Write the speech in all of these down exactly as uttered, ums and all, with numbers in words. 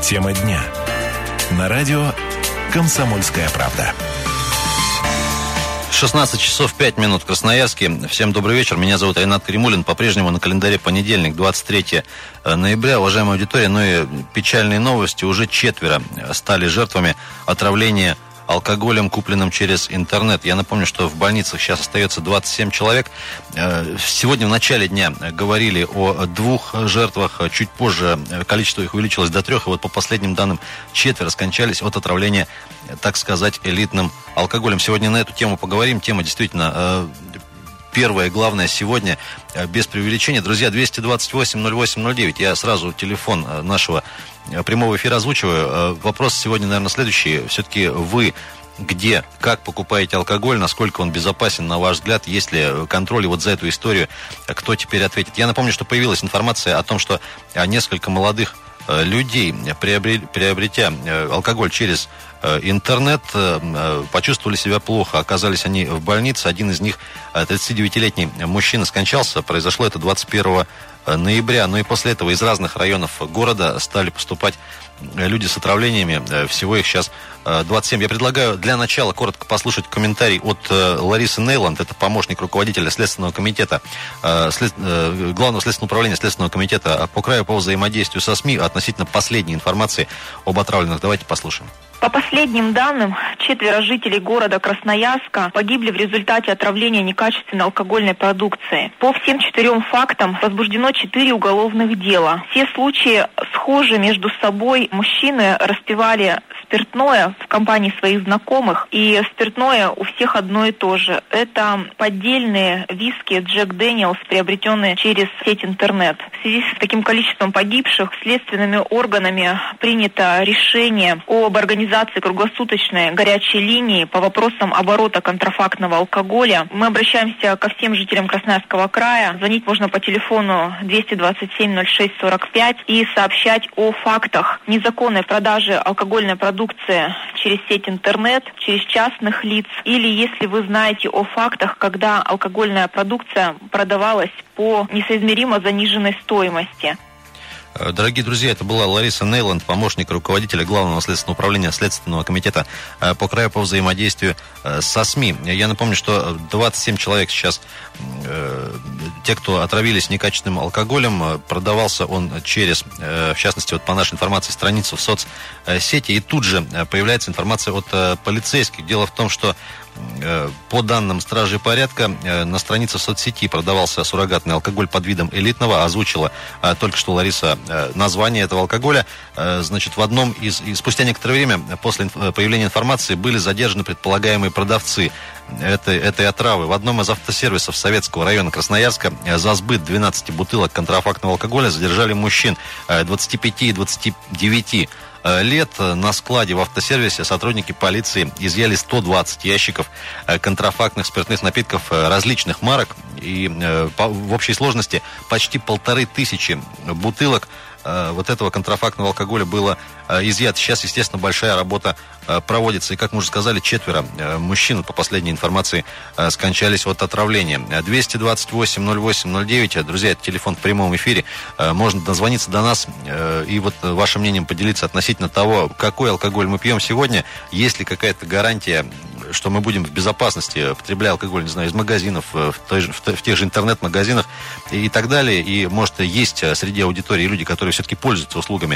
Тема дня. На радио «Комсомольская правда». шестнадцать часов пять минут в Красноярске. Всем добрый вечер. Меня зовут Ренат Каримулин. По-прежнему на календаре понедельник, двадцать третьего ноября. Уважаемая аудитория, ну и печальные новости. Уже четверо стали жертвами отравления алкоголем, купленным через интернет. Я напомню, что в больницах сейчас остается двадцать семь человек. Сегодня в начале дня говорили о двух жертвах. Чуть позже количество их увеличилось до трех. И вот по последним данным четверо скончались от отравления, так сказать, элитным алкоголем. Сегодня на эту тему поговорим. Тема действительно первая и главная сегодня, без преувеличения. Друзья, двести двадцать восемь ноль восемь ноль девять. Я сразу телефон нашего прямого эфира озвучиваю. Вопрос сегодня, наверное, следующий. Все-таки вы где, как покупаете алкоголь, насколько он безопасен, на ваш взгляд, есть ли контроль? И вот за эту историю кто теперь ответит? Я напомню, что появилась информация о том, что несколько молодых людей, приобретя алкоголь через интернет, почувствовали себя плохо. Оказались они в больнице. Один из них, тридцатидевятилетний мужчина, скончался. Произошло это двадцать первого ноября. Ну и после этого из разных районов города стали поступать люди с отравлениями. Всего их сейчас двадцать семь. Я предлагаю для начала коротко послушать комментарий от Ларисы Нейланд. Это помощник руководителя Следственного комитета, след... Главного следственного управления Следственного комитета по краю по взаимодействию со СМИ относительно последней информации об отравленных. Давайте послушаем. По последним данным, четверо жителей города Красноярска погибли в результате отравления некачественной алкогольной продукции. По всем четырем фактам возбуждено четыре уголовных дела. Все случаи схожи между собой. Мужчины распивали спиртное в компании своих знакомых, и спиртное у всех одно и то же. Это поддельные виски Джек Дэниелс, приобретенные через сеть интернет. В связи с таким количеством погибших следственными органами принято решение об организации круглосуточной горячей линии по вопросам оборота контрафактного алкоголя. Мы обращаемся ко всем жителям Красноярского края. Звонить можно по телефону двести двадцать семь ноль шесть сорок пять и сообщать о фактах незаконной продажи алкогольной продукции через сеть интернет, через частных лиц. Или если вы знаете о фактах, когда алкогольная продукция продавалась по несоизмеримо заниженной стоимости. Дорогие друзья, это была Лариса Нейланд, помощник руководителя Главного следственного управления Следственного комитета по краю по взаимодействию со СМИ. Я напомню, что двадцать семь человек сейчас, те, кто отравились некачественным алкоголем, продавался он через, в частности, вот по нашей информации, страницу в соцсети. И тут же появляется информация от полицейских. Дело в том, что по данным стражей порядка, на странице в соцсети продавался суррогатный алкоголь под видом элитного. Озвучила только что Лариса название этого алкоголя. Значит, в одном из... И спустя некоторое время после появления информации были задержаны предполагаемые продавцы этой, этой отравы. В одном из автосервисов Советского района Красноярска за сбыт двенадцати бутылок контрафактного алкоголя задержали мужчин двадцати пяти и двадцати девяти лет. На складе в автосервисе сотрудники полиции изъяли сто двадцать ящиков контрафактных спиртных напитков различных марок. И в общей сложности почти полторы тысячи бутылок вот этого контрафактного алкоголя было изъято. Сейчас, естественно, большая работа проводится. И, как мы уже сказали, четверо мужчин, по последней информации, скончались от отравления. двести двадцать восемь ноль восемь ноль девять. Друзья, это телефон в прямом эфире. Можно дозвониться до нас и вот вашим мнением поделиться относительно того, какой алкоголь мы пьем сегодня. Есть ли какая-то гарантия, что мы будем в безопасности, потребляя алкоголь, не знаю, из магазинов, в, той же, в, в тех же интернет-магазинах и так далее. И, может, есть среди аудитории люди, которые все-таки пользуются услугами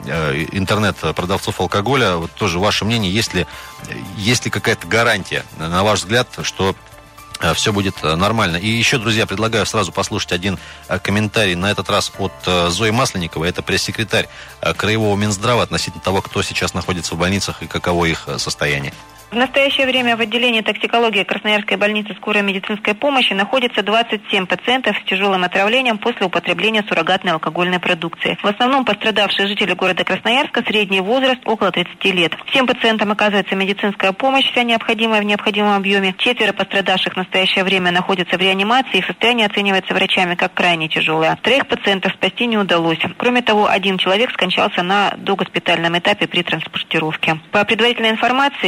интернет-продавцов алкоголя. Вот тоже ваше мнение, есть ли, есть ли какая-то гарантия, на ваш взгляд, что все будет нормально. И еще, друзья, предлагаю сразу послушать один комментарий, на этот раз от Зои Масленниковой. Это пресс-секретарь Краевого Минздрава относительно того, кто сейчас находится в больницах и каково их состояние. В настоящее время в отделении токсикологии Красноярской больницы скорой медицинской помощи находится двадцать семь пациентов с тяжелым отравлением после употребления суррогатной алкогольной продукции. В основном пострадавшие жители города Красноярска, средний возраст около тридцати лет. Всем пациентам оказывается медицинская помощь, вся необходимая в необходимом объеме. Четверо пострадавших в настоящее время находятся в реанимации, их состояние оценивается врачами как крайне тяжелое. Троих пациентов спасти не удалось. Кроме того, один человек скончался на догоспитальном этапе при транспортировке. По предварительной информации, все они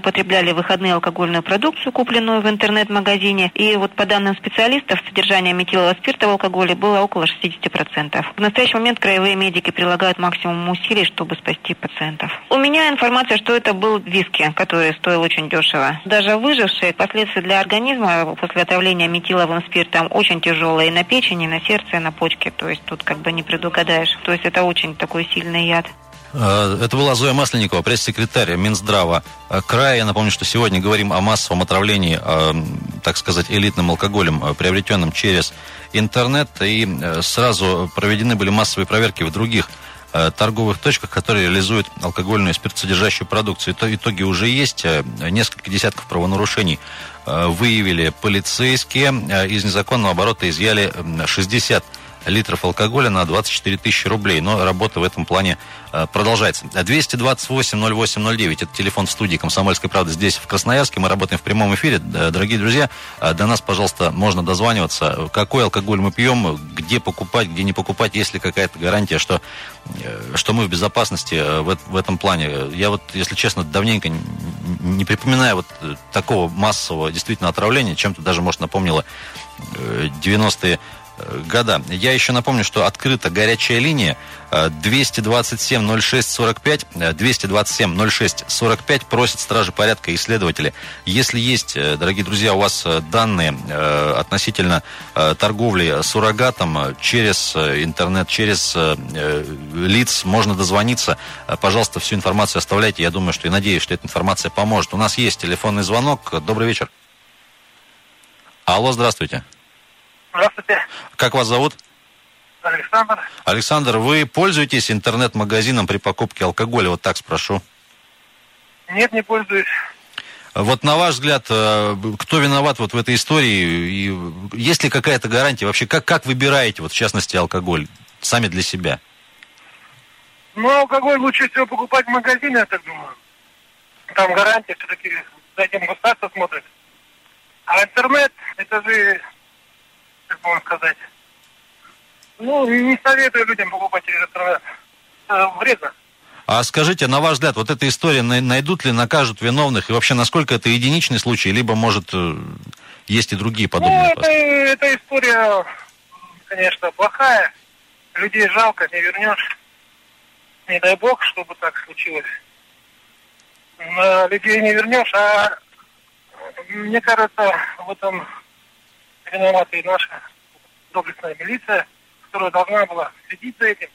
употребляли в выходные алкогольную продукцию, купленную в интернет-магазине. И вот по данным специалистов, содержание метилового спирта в алкоголе было около шестьдесят процентов. В настоящий момент краевые медики прилагают максимум усилий, чтобы спасти пациентов. У меня информация, что это был виски, который стоил очень дешево. Даже выжившие, последствия для организма после отравления метиловым спиртом очень тяжелые и на печени, и на сердце, и на почке. То есть тут как бы не предугадаешь. То есть это очень такой сильный яд. Это была Зоя Масленникова, пресс-секретарь Минздрава края. Я напомню, что сегодня говорим о массовом отравлении, так сказать, элитным алкоголем, приобретенным через интернет. И сразу проведены были массовые проверки в других торговых точках, которые реализуют алкогольную и спиртсодержащую продукцию. Итоги уже есть. Несколько десятков правонарушений выявили полицейские. Из незаконного оборота изъяли шестьдесят литров алкоголя на двадцать четыре тысячи рублей. Но работа в этом плане э, продолжается. двести двадцать восемь ноль восемь ноль девять. Это телефон в студии «Комсомольской правды» здесь, в Красноярске. Мы работаем в прямом эфире. Дорогие друзья, до нас, пожалуйста, можно дозваниваться. Какой алкоголь мы пьем, где покупать, где не покупать, есть ли какая-то гарантия, что, что мы в безопасности в, в этом плане. Я вот, если честно, давненько не, не припоминаю вот такого массового действительно отравления. Чем-то даже, может, напомнило девяностые года. Я еще напомню, что открыта горячая линия двести двадцать семь ноль шесть сорок пять. двести двадцать семь ноль шесть сорок пять. Просят стражи порядка и следователи. Если есть, дорогие друзья, у вас данные относительно торговли суррогатом через интернет, через лиц, можно дозвониться. Пожалуйста, всю информацию оставляйте. Я думаю, что и надеюсь, что эта информация поможет. У нас есть телефонный звонок. Добрый вечер. Алло, здравствуйте. Здравствуйте. Как вас зовут? Александр. Александр, вы пользуетесь интернет-магазином при покупке алкоголя? Вот так спрошу. Нет, не пользуюсь. Вот на ваш взгляд, кто виноват вот в этой истории? И есть ли какая-то гарантия? Вообще, как, как выбираете, вот, в частности, алкоголь сами для себя? Ну, алкоголь лучше всего покупать в магазине, я так думаю. Там гарантия, все-таки за этим государство смотрит. А интернет, это же... как можно сказать. Ну, не советую людям покупать через интернет. Это вредно. А скажите, на ваш взгляд, вот эта история, найдут ли, накажут виновных? И вообще, насколько это единичный случай, либо, может, есть и другие подобные? Ну, это, эта история, конечно, плохая. Людей жалко, не вернешь. Не дай бог, чтобы так случилось. Но людей не вернешь, а мне кажется, в этом виновата и наша доблестная милиция, которая должна была следить за этим.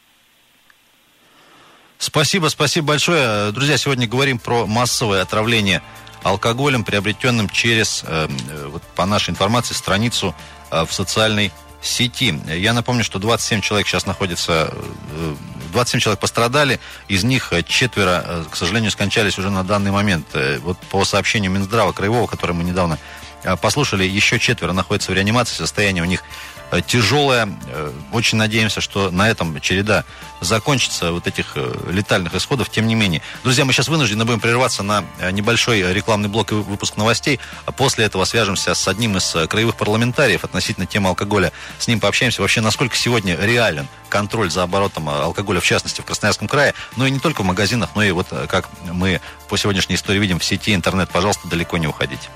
Спасибо, спасибо большое. Друзья, сегодня говорим про массовое отравление алкоголем, приобретенным через, э, вот, по нашей информации, страницу э, в социальной сети. Я напомню, что двадцать семь человек сейчас находятся, э, двадцать семь человек пострадали, из них четверо, э, к сожалению, скончались уже на данный момент. Э, вот по сообщению Минздрава краевого, которое мы недавно послушали, еще четверо находятся в реанимации, состояние у них тяжелое. Очень надеемся, что на этом череда закончится вот этих летальных исходов. Тем не менее, друзья, мы сейчас вынуждены будем прерваться на небольшой рекламный блок и выпуск новостей. После этого свяжемся с одним из краевых парламентариев относительно темы алкоголя. С ним пообщаемся. Вообще, насколько сегодня реален контроль за оборотом алкоголя, в частности, в Красноярском крае. Но и не только в магазинах, но и вот, как мы по сегодняшней истории видим, в сети интернет. Пожалуйста, далеко не уходите.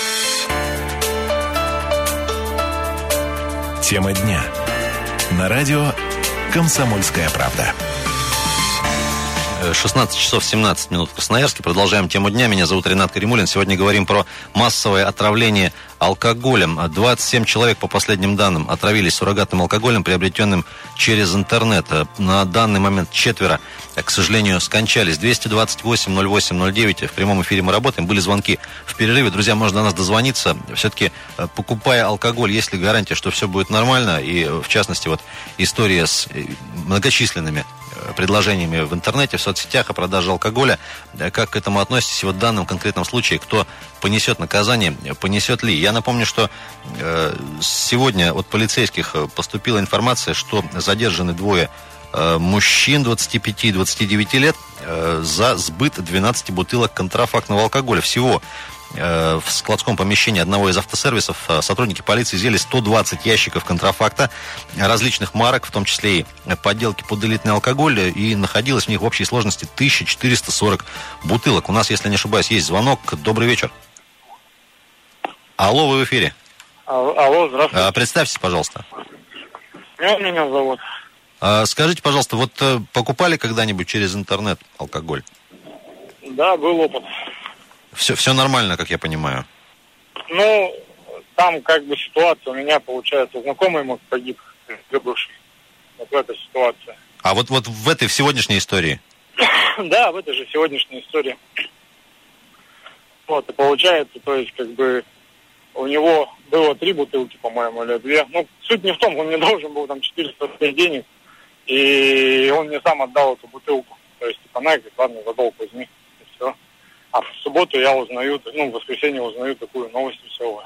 Тема дня. На радио «Комсомольская правда». шестнадцать часов семнадцать минут в Красноярске. Продолжаем тему дня. Меня зовут Ренат Каримулин. Сегодня говорим про массовое отравление алкоголем. двадцать семь человек, по последним данным, отравились суррогатным алкоголем, приобретенным через интернет. На данный момент четверо, к сожалению, скончались. двести двадцать восемь ноль восемь ноль девять. В прямом эфире мы работаем. Были звонки в перерыве. Друзья, можно до нас дозвониться. Все-таки, покупая алкоголь, есть ли гарантия, что все будет нормально? И, в частности, вот история с многочисленными предложениями в интернете, в соцсетях о продаже алкоголя. Как к этому относитесь? И вот в данном конкретном случае, кто понесет наказание, понесет ли? Я напомню, что э, сегодня от полицейских поступила информация, что задержаны двое э, мужчин двадцати пяти и двадцати девяти лет э, за сбыт двенадцати бутылок контрафактного алкоголя. Всего в складском помещении одного из автосервисов сотрудники полиции изъяли сто двадцать ящиков контрафакта различных марок, в том числе и подделки под элитный алкоголь, и находилось в них в общей сложности тысяча четыреста сорок бутылок. У нас, если не ошибаюсь, есть звонок. Добрый вечер. Алло, вы в эфире. Алло, здравствуйте. Представьтесь, пожалуйста. Меня, меня зовут. Скажите, пожалуйста, вот покупали когда-нибудь через интернет алкоголь? Да, был опыт. Все, все нормально, как я понимаю. Ну, там как бы ситуация у меня, получается, знакомый мой погиб, бывший. Вот в этой ситуации. А вот, вот в этой, в сегодняшней истории? Да, в этой же сегодняшней истории. Вот, и получается, то есть, как бы, у него было три бутылки, по-моему, или две. Ну, суть не в том, он мне должен был там четыреста рублей денег, и он мне сам отдал эту бутылку. То есть, типа, на, говорит, ладно, за долг возьми, и все. А в субботу я узнаю, ну, в воскресенье узнаю такую новость веселую.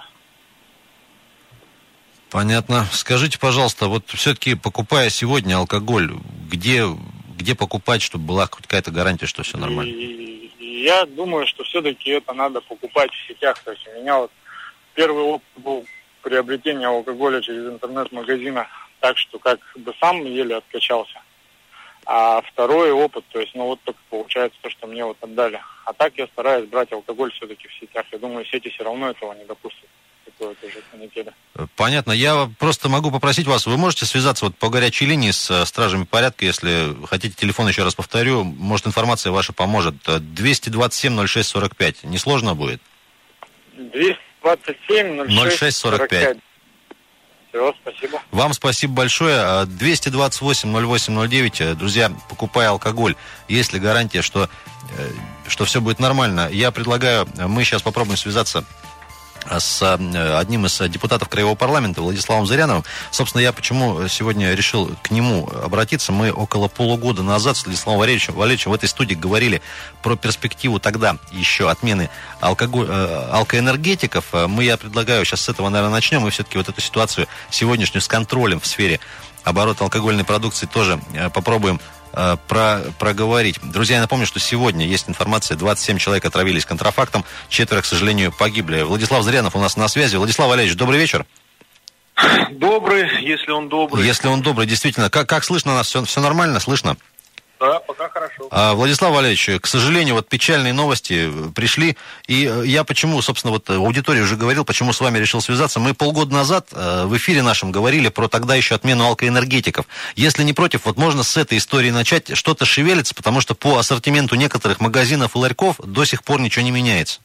Понятно. Скажите, пожалуйста, вот все-таки, покупая сегодня алкоголь, где, где покупать, чтобы была хоть какая-то гарантия, что все нормально? И, и я думаю, что все-таки это надо покупать в сетях. То есть у меня вот первый опыт был приобретения алкоголя через интернет-магазина, так что как бы сам еле откачался. А второй опыт, то есть, ну вот только получается то, что мне вот отдали. А так я стараюсь брать алкоголь все-таки в сетях. Я думаю, сети все равно этого не допустят. Такое тоже канителя. Понятно. Я просто могу попросить вас, вы можете связаться вот по горячей линии с стражами порядка, если хотите телефон, еще раз повторю, может, информация ваша поможет. двести двадцать семь ноль шесть сорок пять. Несложно будет? двести двадцать семь ноль шесть сорок пять. Все, спасибо. Вам спасибо большое. двести двадцать восемь ноль восемь ноль девять. Друзья, покупая алкоголь, есть ли гарантия, что, что все будет нормально? Я предлагаю, мы сейчас попробуем связаться с одним из депутатов Краевого парламента, Владиславом Зыряновым. Собственно, я почему сегодня решил к нему обратиться. Мы около полугода назад с Владиславом Валерьевичем, Валерьевичем в этой студии говорили про перспективу тогда еще отмены алкоголь, алкоэнергетиков. Мы, я предлагаю, сейчас с этого, наверное, начнем, и все-таки вот эту ситуацию сегодняшнюю с контролем в сфере оборота алкогольной продукции тоже попробуем Про, проговорить. Друзья, я напомню, что сегодня есть информация, двадцать семь человек отравились контрафактом, четверо, к сожалению, погибли. Владислав Зырянов у нас на связи. Владислав Валерьевич, добрый вечер. Добрый, если он добрый. Если он добрый, действительно. Как, как слышно нас? Все, все нормально? Слышно? Да, пока хорошо. А, Владислав Валерьевич, к сожалению, вот печальные новости пришли. И я почему, собственно, вот аудитория уже говорил, почему с вами решил связаться. Мы полгода назад в эфире нашем говорили про тогда еще отмену алкоэнергетиков. Если не против, вот можно с этой истории начать. Что-то шевелится, потому что по ассортименту некоторых магазинов и ларьков до сих пор ничего не меняется.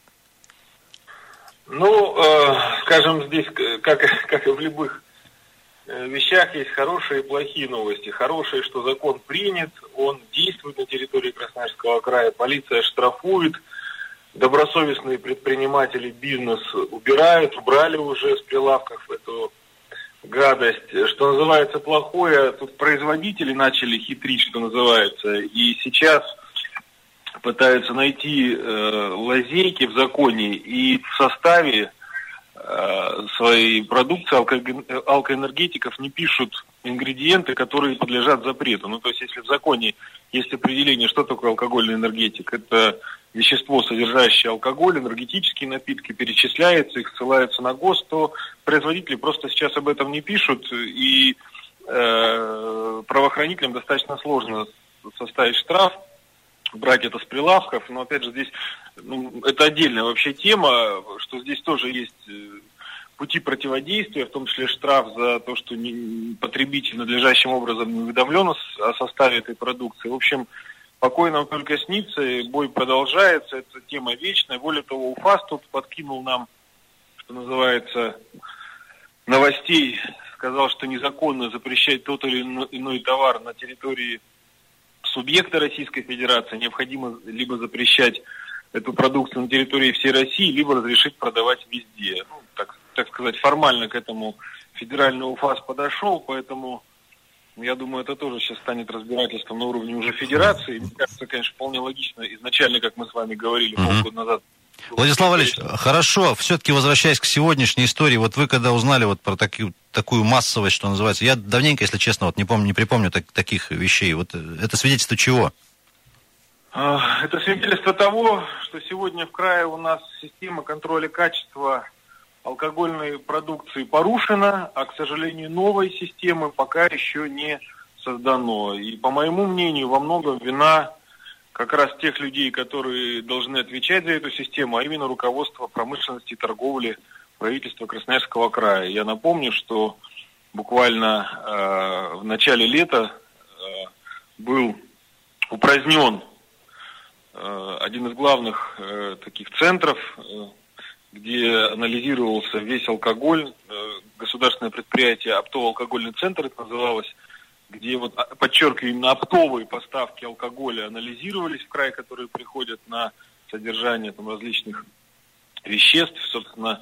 Ну, э, скажем, здесь, как, как и в любых вещах, есть хорошие и плохие новости. Хорошие, что закон принят, он действует на территории Красноярского края, полиция штрафует, добросовестные предприниматели бизнес убирают, убрали уже с прилавков эту гадость. Что называется плохое, тут производители начали хитрить, что называется, и сейчас пытаются найти э, лазейки в законе и в составе своей продукции алко... алкоэнергетиков не пишут ингредиенты, которые подлежат запрету. Ну, то есть, если в законе есть определение, что такое алкогольный энергетик, это вещество, содержащее алкоголь, энергетические напитки, перечисляется, их ссылаются на ГОСТ, то производители просто сейчас об этом не пишут, и э, правоохранителям достаточно сложно составить штраф, брать это с прилавков, но опять же здесь ну, это отдельная вообще тема, что здесь тоже есть пути противодействия, в том числе штраф за то, что не, потребитель надлежащим образом не уведомлен о составе этой продукции. В общем, покой нам только снится, бой продолжается, это тема вечная. Более того, УФАС тут подкинул нам, что называется, новостей, сказал, что незаконно запрещать тот или иной товар на территории субъекта Российской Федерации, необходимо либо запрещать эту продукцию на территории всей России, либо разрешить продавать везде. Ну, так, так сказать, формально к этому федеральный УФАС подошел, поэтому я думаю, это тоже сейчас станет разбирательством на уровне уже федерации. Мне кажется, конечно, вполне логично изначально, как мы с вами говорили mm-hmm. полгода назад. Владислав Валерьевич, хорошо, все-таки возвращаясь к сегодняшней истории, вот вы когда узнали вот про таки, такую массовость, что называется, я давненько, если честно, вот не помню, не припомню так, таких вещей, вот это свидетельство чего? Это свидетельство того, что сегодня в крае у нас система контроля качества алкогольной продукции порушена, а, к сожалению, новой системы пока еще не создано. И, по моему мнению, во многом вина как раз тех людей, которые должны отвечать за эту систему, а именно руководство промышленности и торговли правительства Красноярского края. Я напомню, что буквально э, в начале лета э, был упразднен э, один из главных э, таких центров, э, где анализировался весь алкоголь, э, государственное предприятие «Оптово-алкогольный центр» это называлось, где, вот, подчеркиваю, именно оптовые поставки алкоголя анализировались в край, которые приходят на содержание там различных веществ. Собственно,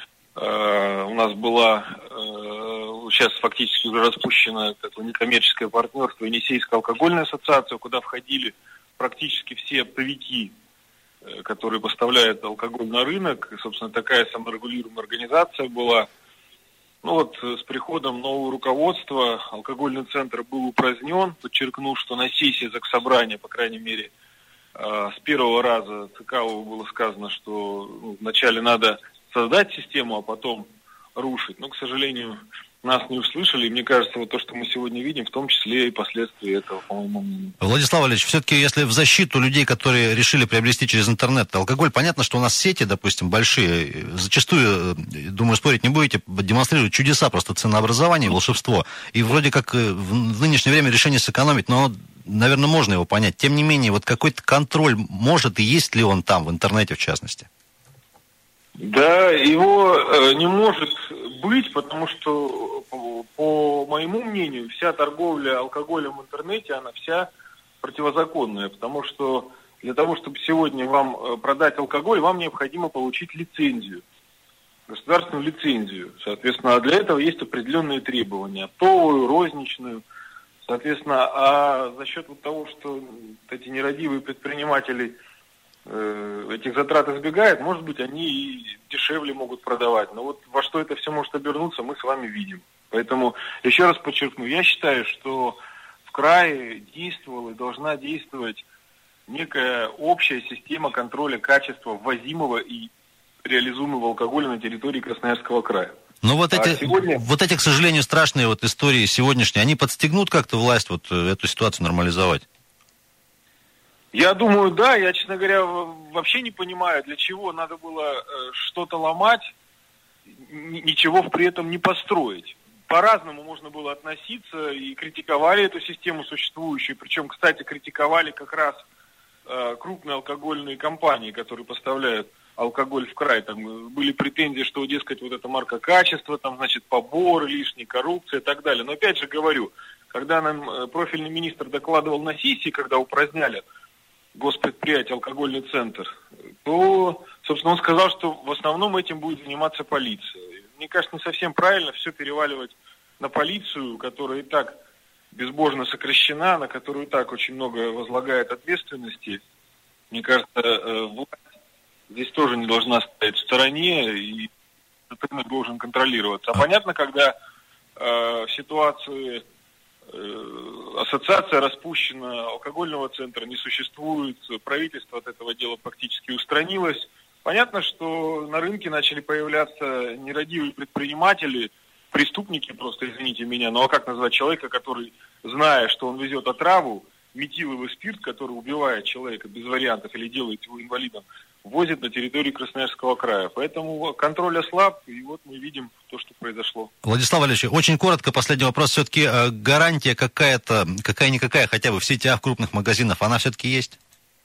э, у нас была э, сейчас фактически уже распущено такое некоммерческое партнерство Енисейская алкогольная ассоциация, куда входили практически все оптовики, э, которые поставляют алкоголь на рынок. И, собственно, такая саморегулируемая организация была. Ну вот с приходом нового руководства алкогольный центр был упразднен. Подчеркну, что на сессии Заксобрания, по крайней мере, с первого раза ЦК было сказано, что ну, вначале надо создать систему, а потом рушить. Но, к сожалению, нас не услышали. И мне кажется, вот то, что мы сегодня видим, в том числе и последствия этого, по-моему, мнению. Владислав Валерьевич, все-таки, если в защиту людей, которые решили приобрести через интернет алкоголь, понятно, что у нас сети, допустим, большие, зачастую, думаю, спорить не будете, демонстрируют чудеса просто ценообразования, волшебство. И вроде как в нынешнее время решение сэкономить, но оно, наверное, можно его понять. Тем не менее, вот какой-то контроль может и есть ли он там, в интернете в частности? Да, его э, не может быть, потому что, по, по моему мнению, вся торговля алкоголем в интернете, она вся противозаконная, потому что для того, чтобы сегодня вам продать алкоголь, вам необходимо получить лицензию, государственную лицензию. Соответственно, а для этого есть определенные требования, оптовую, розничную. Соответственно, а за счет вот того, что эти нерадивые предприниматели этих затрат избегают, может быть, они и дешевле могут продавать. Но вот во что это все может обернуться, мы с вами видим. Поэтому, еще раз подчеркну, я считаю, что в крае действовала и должна действовать некая общая система контроля качества ввозимого и реализуемого алкоголя на территории Красноярского края. Но вот эти, а сегодня... вот эти, к сожалению, страшные вот истории сегодняшние, они подстегнут как-то власть вот эту ситуацию нормализовать? Я думаю, да. Я, честно говоря, вообще не понимаю, для чего надо было э, что-то ломать, ничего при этом не построить. По-разному можно было относиться и критиковали эту систему существующую. Причем, кстати, критиковали как раз э, крупные алкогольные компании, которые поставляют алкоголь в край. Там были претензии, что, дескать, вот эта марка качества, там, значит, поборы, лишняя коррупция и так далее. Но опять же говорю, когда нам профильный министр докладывал на сессии, когда упраздняли госпредприятие «Алкогольный центр», то, собственно, он сказал, что в основном этим будет заниматься полиция. Мне кажется, не совсем правильно все переваливать на полицию, которая и так безбожно сокращена, на которую и так очень много возлагает ответственности. Мне кажется, власть здесь тоже не должна стоять в стороне, и рынок должен контролироваться. А понятно, когда э, в ситуации ассоциация распущена, алкогольного центра не существует, правительство от этого дела практически устранилось. Понятно, что на рынке начали появляться нерадивые предприниматели, преступники просто, извините меня, ну а как назвать человека, который, зная, что он везет отраву, метиловый спирт, который убивает человека без вариантов или делает его инвалидом, возит на территорию Красноярского края. Поэтому контроль ослаб, и вот мы видим то, что произошло. Владислав Валерьевич, очень коротко, последний вопрос. Все-таки э, гарантия какая-то, какая-никакая, хотя бы в сетях крупных магазинов, она все-таки есть?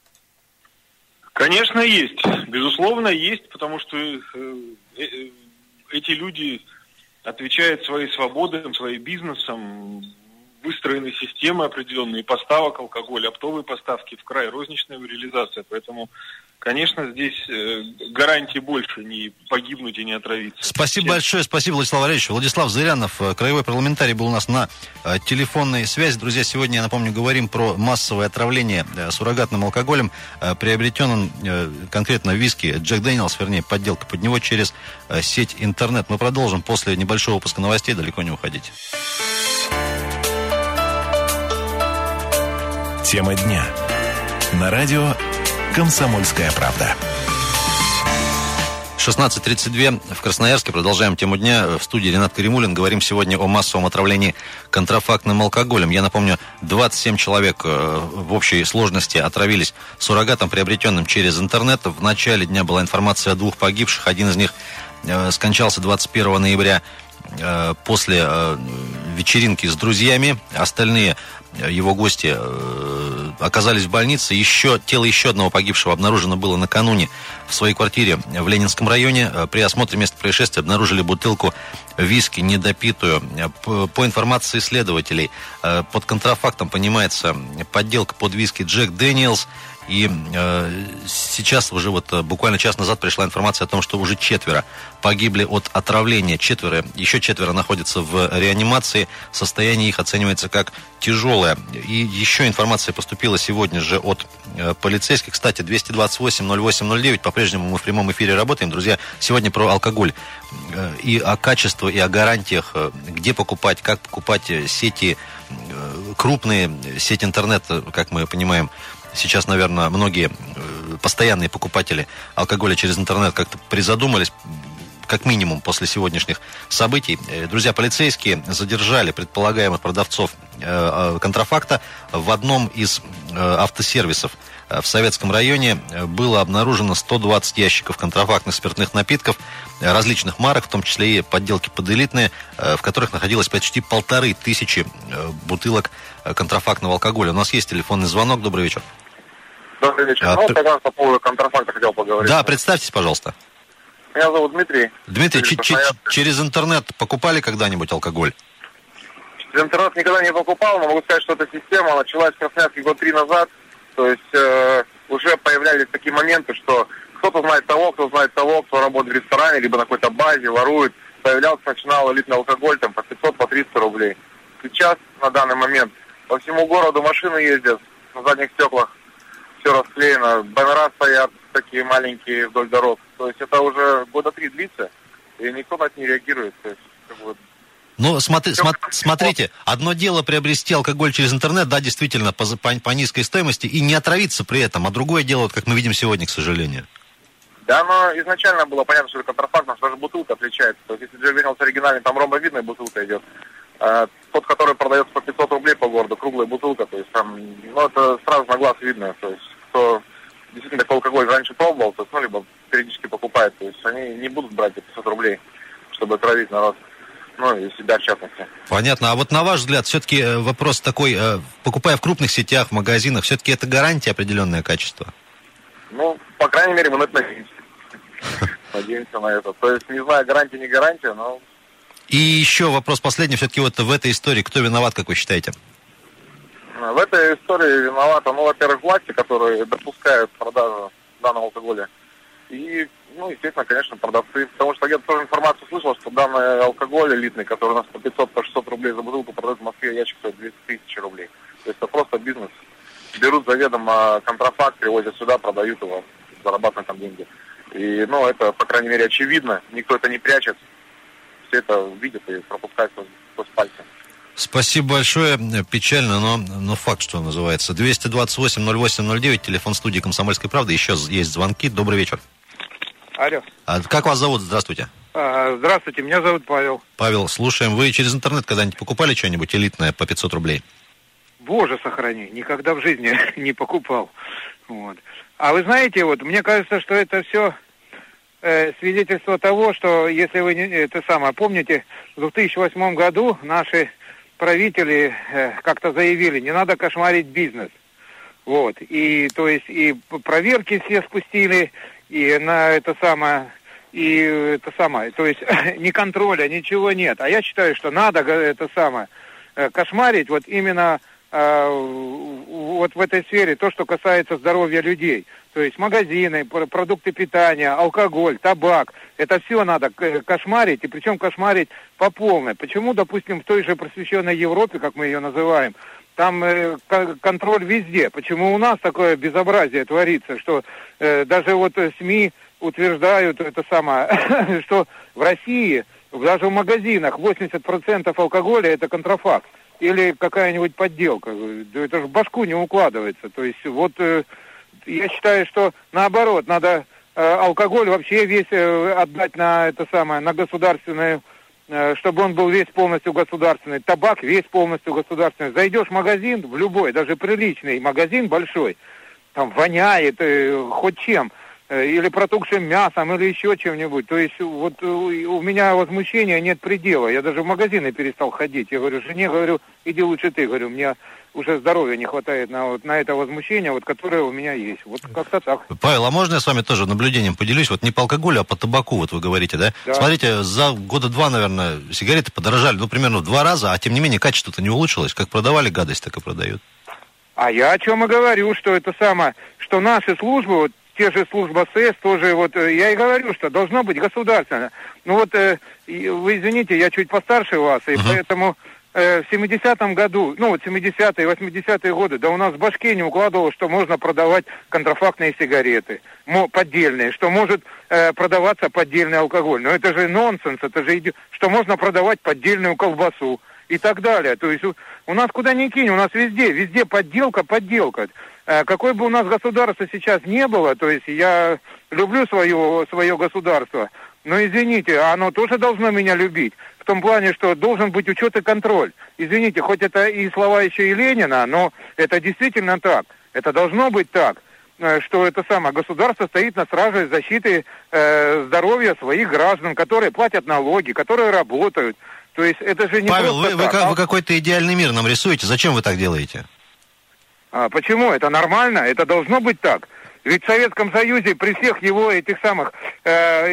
Конечно, есть. Безусловно, есть, потому что э, э, эти люди отвечают своей свободой, своим бизнесом, выстроены системы определенные поставок алкоголя, оптовые поставки в край, розничная реализация. Поэтому, конечно, здесь э, гарантий больше не погибнуть и не отравиться. Спасибо Всем. большое, спасибо, Владислав Валерьевич. Владислав Зырянов, краевой парламентарий, был у нас на э, телефонной связи. Друзья, сегодня, я напомню, говорим про массовое отравление э, суррогатным алкоголем. Э, приобретен он э, конкретно виски Джек Дэниелс, вернее, подделка под него через э, сеть интернет. Мы продолжим после небольшого выпуска новостей, далеко не уходите. Тема дня. На радио «Комсомольская правда». шестнадцать тридцать два в Красноярске. Продолжаем тему дня. В студии Ренат Каримулин. Говорим сегодня о массовом отравлении контрафактным алкоголем. Я напомню, двадцать семь человек в общей сложности отравились суррогатом, приобретенным через интернет. В начале дня была информация о двух погибших. Один из них скончался двадцать первого ноября после вечеринки с друзьями. Остальные его гости оказались в больнице. Еще, тело еще одного погибшего обнаружено было накануне в своей квартире в Ленинском районе. При осмотре места происшествия обнаружили бутылку виски недопитую. По информации следователей, под контрафактом понимается подделка под виски Джек Дэниелс. И э, сейчас уже вот буквально час назад пришла информация о том, что уже четверо погибли от отравления. Четверо, еще четверо находятся в реанимации. Состояние их оценивается как тяжелое. И еще информация поступила сегодня же от э, полицейских. Кстати, двести двадцать восемь ноль восемь ноль девять. По-прежнему мы в прямом эфире работаем. Друзья, сегодня про алкоголь. Э, и о качестве, и о гарантиях. Э, где покупать, как покупать сети э, крупные. Сеть интернет, как мы понимаем, сейчас, наверное, многие постоянные покупатели алкоголя через интернет как-то призадумались, как минимум, после сегодняшних событий. Друзья, полицейские задержали предполагаемых продавцов контрафакта в одном из автосервисов в Советском районе. Было обнаружено сто двадцать ящиков контрафактных спиртных напитков различных марок, в том числе и подделки под элитные, в которых находилось почти полторы тысячи бутылок контрафактного алкоголя. У нас есть телефонный звонок. Добрый вечер. Добрый вечер. А, ну, при... как раз по поводу контрафакта хотел поговорить. Да, представьтесь, пожалуйста. Меня зовут Дмитрий. Дмитрий, ч- ч- через интернет покупали когда-нибудь алкоголь? Через интернет никогда не покупал, но могу сказать, что эта система началась в Красноярске год три назад. То есть э, уже появлялись такие моменты, что кто-то знает того, кто знает того, кто работает в ресторане, либо на какой-то базе, ворует. Появлялся, начинал элитный алкоголь там по пятьсот, по триста рублей. Сейчас, на данный момент, по всему городу машины ездят на задних стеклах. Все расклеено, баннера стоят такие маленькие вдоль дорог. То есть это уже года три длится, и никто на это не реагирует. То есть, как бы... Ну, смотри, смо- смотрите, одно дело приобрести алкоголь через интернет, да, действительно, по, по, по низкой стоимости, и не отравиться при этом, а другое дело, вот, как мы видим сегодня, к сожалению. Да, но изначально было понятно, что это контрафакт, потому что даже бутылка отличается. То есть, если Джек Дэниелс оригинальный, там ромбовидная бутылка идет. А тот, который продается по пятьсот рублей по городу, круглая бутылка, то есть там, ну, это сразу на глаз видно. То есть, кто действительно такой алкоголь раньше пробовал, то есть, ну, либо периодически покупает, то есть, они не будут брать эти пятьсот рублей, чтобы отравить народ. Ну, и себя в частности. Понятно. А вот на ваш взгляд, все-таки вопрос такой, покупая в крупных сетях, в магазинах, все-таки это гарантия определенное качество? Ну, по крайней мере, мы на это надеемся. Надеемся на это. То есть, не знаю, гарантия, не гарантия, но... И еще вопрос последний, все-таки вот в этой истории, кто виноват, как вы считаете? В этой истории виновата, ну, во-первых, власти, которые допускают продажу данного алкоголя. И, ну, естественно, конечно, продавцы. Потому что я тоже информацию слышал, что данный алкоголь элитный, который у нас по пятьсот, по шестьсот рублей за бутылку продают в Москве, ящик стоит двести тысяч рублей. То есть это просто бизнес. Берут заведомо контрафакт, привозят сюда, продают его, зарабатывают там деньги. И, ну, это, по крайней мере, очевидно. Никто это не прячет. Все это видят и пропускают сквозь пальцы. Спасибо большое. Печально, но, но факт, что называется. двести двадцать восемь ноль восемь ноль девять, телефон студии «Комсомольской правды». Еще есть звонки. Добрый вечер. Алло. А как вас зовут? Здравствуйте. А, здравствуйте, меня зовут Павел. Павел, слушаем. Вы через интернет когда-нибудь покупали что-нибудь элитное по пятьсот рублей? Боже сохрани, никогда в жизни не покупал. Вот. А вы знаете, вот мне кажется, что это все э, свидетельство того, что, если вы не, это самое помните, в две тысячи восьмом году наши правители э, как-то заявили, не надо кошмарить бизнес. Вот. И то есть и проверки все спустили, и на это самое, и это самое, то есть ни контроля, ничего нет. А я считаю, что надо это самое кошмарить вот именно э, вот в этой сфере, то, что касается здоровья людей. То есть магазины, продукты питания, алкоголь, табак. Это все надо кошмарить, и причем кошмарить по полной. Почему, допустим, в той же просвещенной Европе, как мы ее называем, там э, контроль везде. Почему у нас такое безобразие творится, что э, даже вот СМИ утверждают это самое, что в России, даже в магазинах восемьдесят процентов алкоголя это контрафакт. или какая-нибудь подделка. Да это же в башку не укладывается. То есть вот э, я считаю, что наоборот, надо э, алкоголь вообще весь э, отдать на это самое, на государственную, э, чтобы он был весь полностью государственный. Табак весь полностью государственный. Зайдешь в магазин, в любой, даже приличный магазин большой, там воняет э, хоть чем. Или протухшим мясом, или еще чем-нибудь. То есть вот у меня возмущения нет предела. Я даже в магазины перестал ходить. Я говорю, жене, говорю, иди лучше ты. Говорю, мне уже здоровья не хватает на, вот, на это возмущение, вот, которое у меня есть. Вот как-то так. Павел, а можно я с вами тоже наблюдением поделюсь? Вот не по алкоголю, а по табаку, вот вы говорите, да? Да. Смотрите, за года два, наверное, сигареты подорожали, ну, примерно в два раза, а тем не менее качество-то не улучшилось. Как продавали гадость, так и продают. А я о чем и говорю, что это самое, что наши службы, вот, те же служба СС тоже, вот, я и говорю, что должно быть государственно. Ну вот, э, вы извините, я чуть постарше вас, и uh-huh. поэтому э, в семидесятом году, ну вот семидесятые, восьмидесятые годы, да у нас в башке не укладывалось, что можно продавать контрафактные сигареты, поддельные, что может э, продаваться поддельный алкоголь. Но это же нонсенс, это же идет, что можно продавать поддельную колбасу и так далее. То есть у, у нас куда ни кинь, у нас везде, везде подделка, подделка. Какое бы у нас государство сейчас не было, то есть я люблю свое, свое государство, но извините, оно тоже должно меня любить, в том плане, что должен быть учет и контроль. Извините, хоть это и слова еще и Ленина, но это действительно так, это должно быть так, что это самое государство стоит на страже защиты э, здоровья своих граждан, которые платят налоги, которые работают. То есть это же не Павел, просто вы, так. вы, А... вы какой-то идеальный мир нам рисуете, зачем вы так делаете? А почему? Это нормально, это должно быть так. Ведь в Советском Союзе при всех его этих самых, э,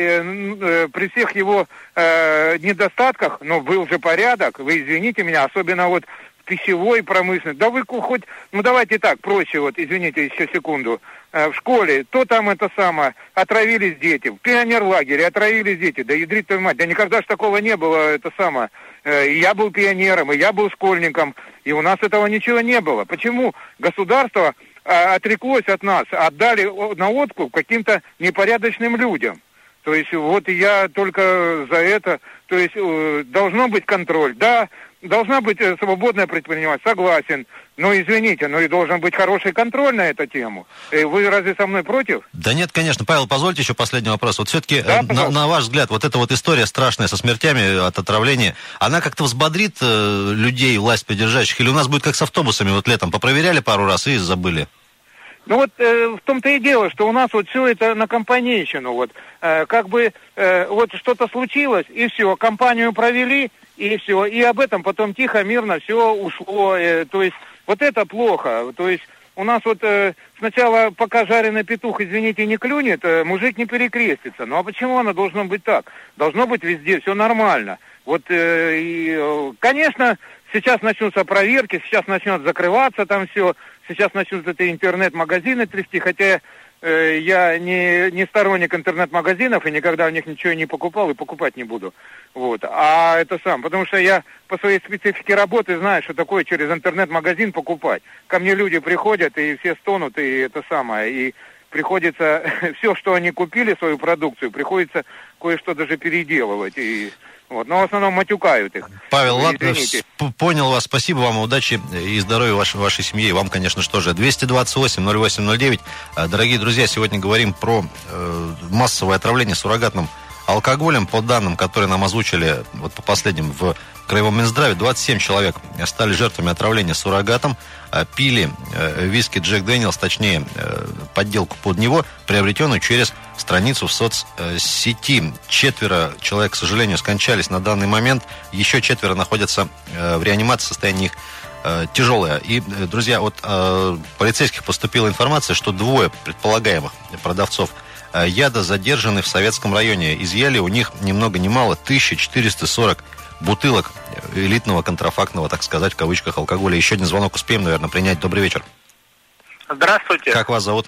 э, при всех его э, недостатках, ну, был же порядок, вы извините меня, особенно вот в пищевой промышленности. Да вы хоть, ну давайте так, проще вот, извините, еще секунду. Э, в школе, то там это самое, отравились дети, в пионерлагере отравились дети, да ядрит твою мать, да никогда ж такого не было, это самое. И я был пионером, и я был школьником, и у нас этого ничего не было. Почему государство а, отреклось от нас, отдали на откуп каким-то непорядочным людям? То есть вот я только за это, то есть э, должно быть контроль, да, должна быть э, свободная предпринимательность, согласен, но извините, но и должен быть хороший контроль на эту тему. Э, вы разве со мной против? Да нет, конечно. Павел, позвольте еще последний вопрос. Вот все-таки, да, э, на, на ваш взгляд, вот эта вот история страшная со смертями от отравления, она как-то взбодрит э, людей, власть придержащих, или у нас будет как с автобусами, вот летом попроверяли пару раз и забыли? Ну вот э, в том-то и дело, что у нас вот все это на компанейщину, вот, э, как бы, э, вот что-то случилось, и все, компанию провели, и все, и об этом потом тихо, мирно все ушло, э, то есть вот это плохо, то есть у нас вот э, сначала, пока жареный петух, извините, не клюнет, э, мужик не перекрестится, ну а почему оно должно быть так? Должно быть везде все нормально, вот, э, и, э, конечно, сейчас начнутся проверки, сейчас начнет закрываться там все, сейчас начнут это интернет-магазины трясти, хотя э, я не, не сторонник интернет-магазинов и никогда в них ничего не покупал и покупать не буду. Вот. А это сам, потому что я по своей специфике работы знаю, что такое через интернет-магазин покупать. Ко мне люди приходят и все стонут, и это самое, и приходится все, что они купили, свою продукцию, приходится кое-что даже переделывать. И вот, но в основном матюкают их. Павел, ладно, извините. Понял вас. Спасибо вам, удачи и здоровья вашей, вашей семье, и вам, конечно, что же. двести двадцать восемь ноль восемь ноль девять. Дорогие друзья, сегодня говорим про э, массовое отравление суррогатным алкоголем. По данным, которые нам озвучили вот по последним в Краевом Минздраве, двадцать семь человек стали жертвами отравления суррогатом. Пили э, виски Джек Дэниелс, точнее, э, подделку под него, приобретенную через страницу в соцсети. Четверо человек, к сожалению, скончались на данный момент. Еще четверо находятся э, в реанимации, состояние их э, тяжелое. И, друзья, от э, полицейских поступила информация, что двое предполагаемых продавцов э, яда задержаны в Советском районе. Изъяли у них ни много ни мало тысяча четыреста сорок бутылок элитного контрафактного, так сказать, в кавычках, алкоголя. Еще один звонок успеем, наверное, принять. Добрый вечер. Здравствуйте. Как вас зовут?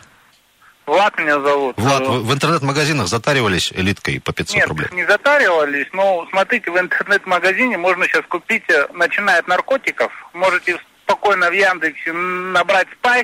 Влад меня зовут. Влад, вы в интернет-магазинах затаривались элиткой по пятьсот Нет, рублей? не затаривались, но смотрите, в интернет-магазине можно сейчас купить, начиная от наркотиков, можете спокойно в Яндексе набрать спайс,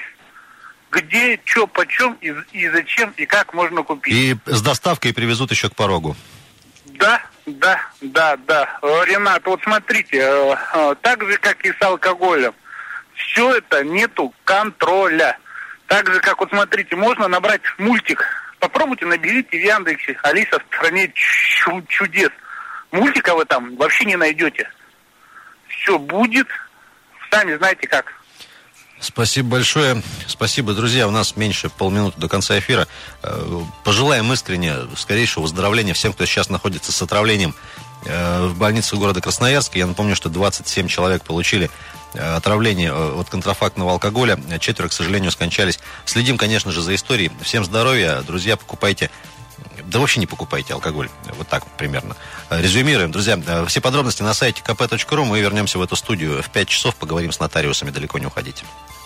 где, что, почем и, и зачем, и как можно купить. И с доставкой привезут еще к порогу. Да, да, да, да. Ренат, вот смотрите, так же, как и с алкоголем, все это нету контроля. Так же, как вот смотрите, можно набрать мультик. Попробуйте, наберите в Яндексе «Алиса в стране чудес». Мультика вы там вообще не найдете. Все будет, сами знаете как. Спасибо большое. Спасибо, друзья. У нас меньше полминуты до конца эфира. Пожелаем искренне скорейшего выздоровления всем, кто сейчас находится с отравлением в больнице города Красноярска. Я напомню, что двадцать семь человек получили отравление от контрафактного алкоголя. Четверо, к сожалению, скончались. Следим, конечно же, за историей. Всем здоровья. Друзья, покупайте. Да вообще не покупайте алкоголь. Вот так вот примерно. Резюмируем. Друзья, все подробности на сайте ка пэ точка ру. Мы вернемся в эту студию в пять часов. Поговорим с нотариусами. Далеко не уходите.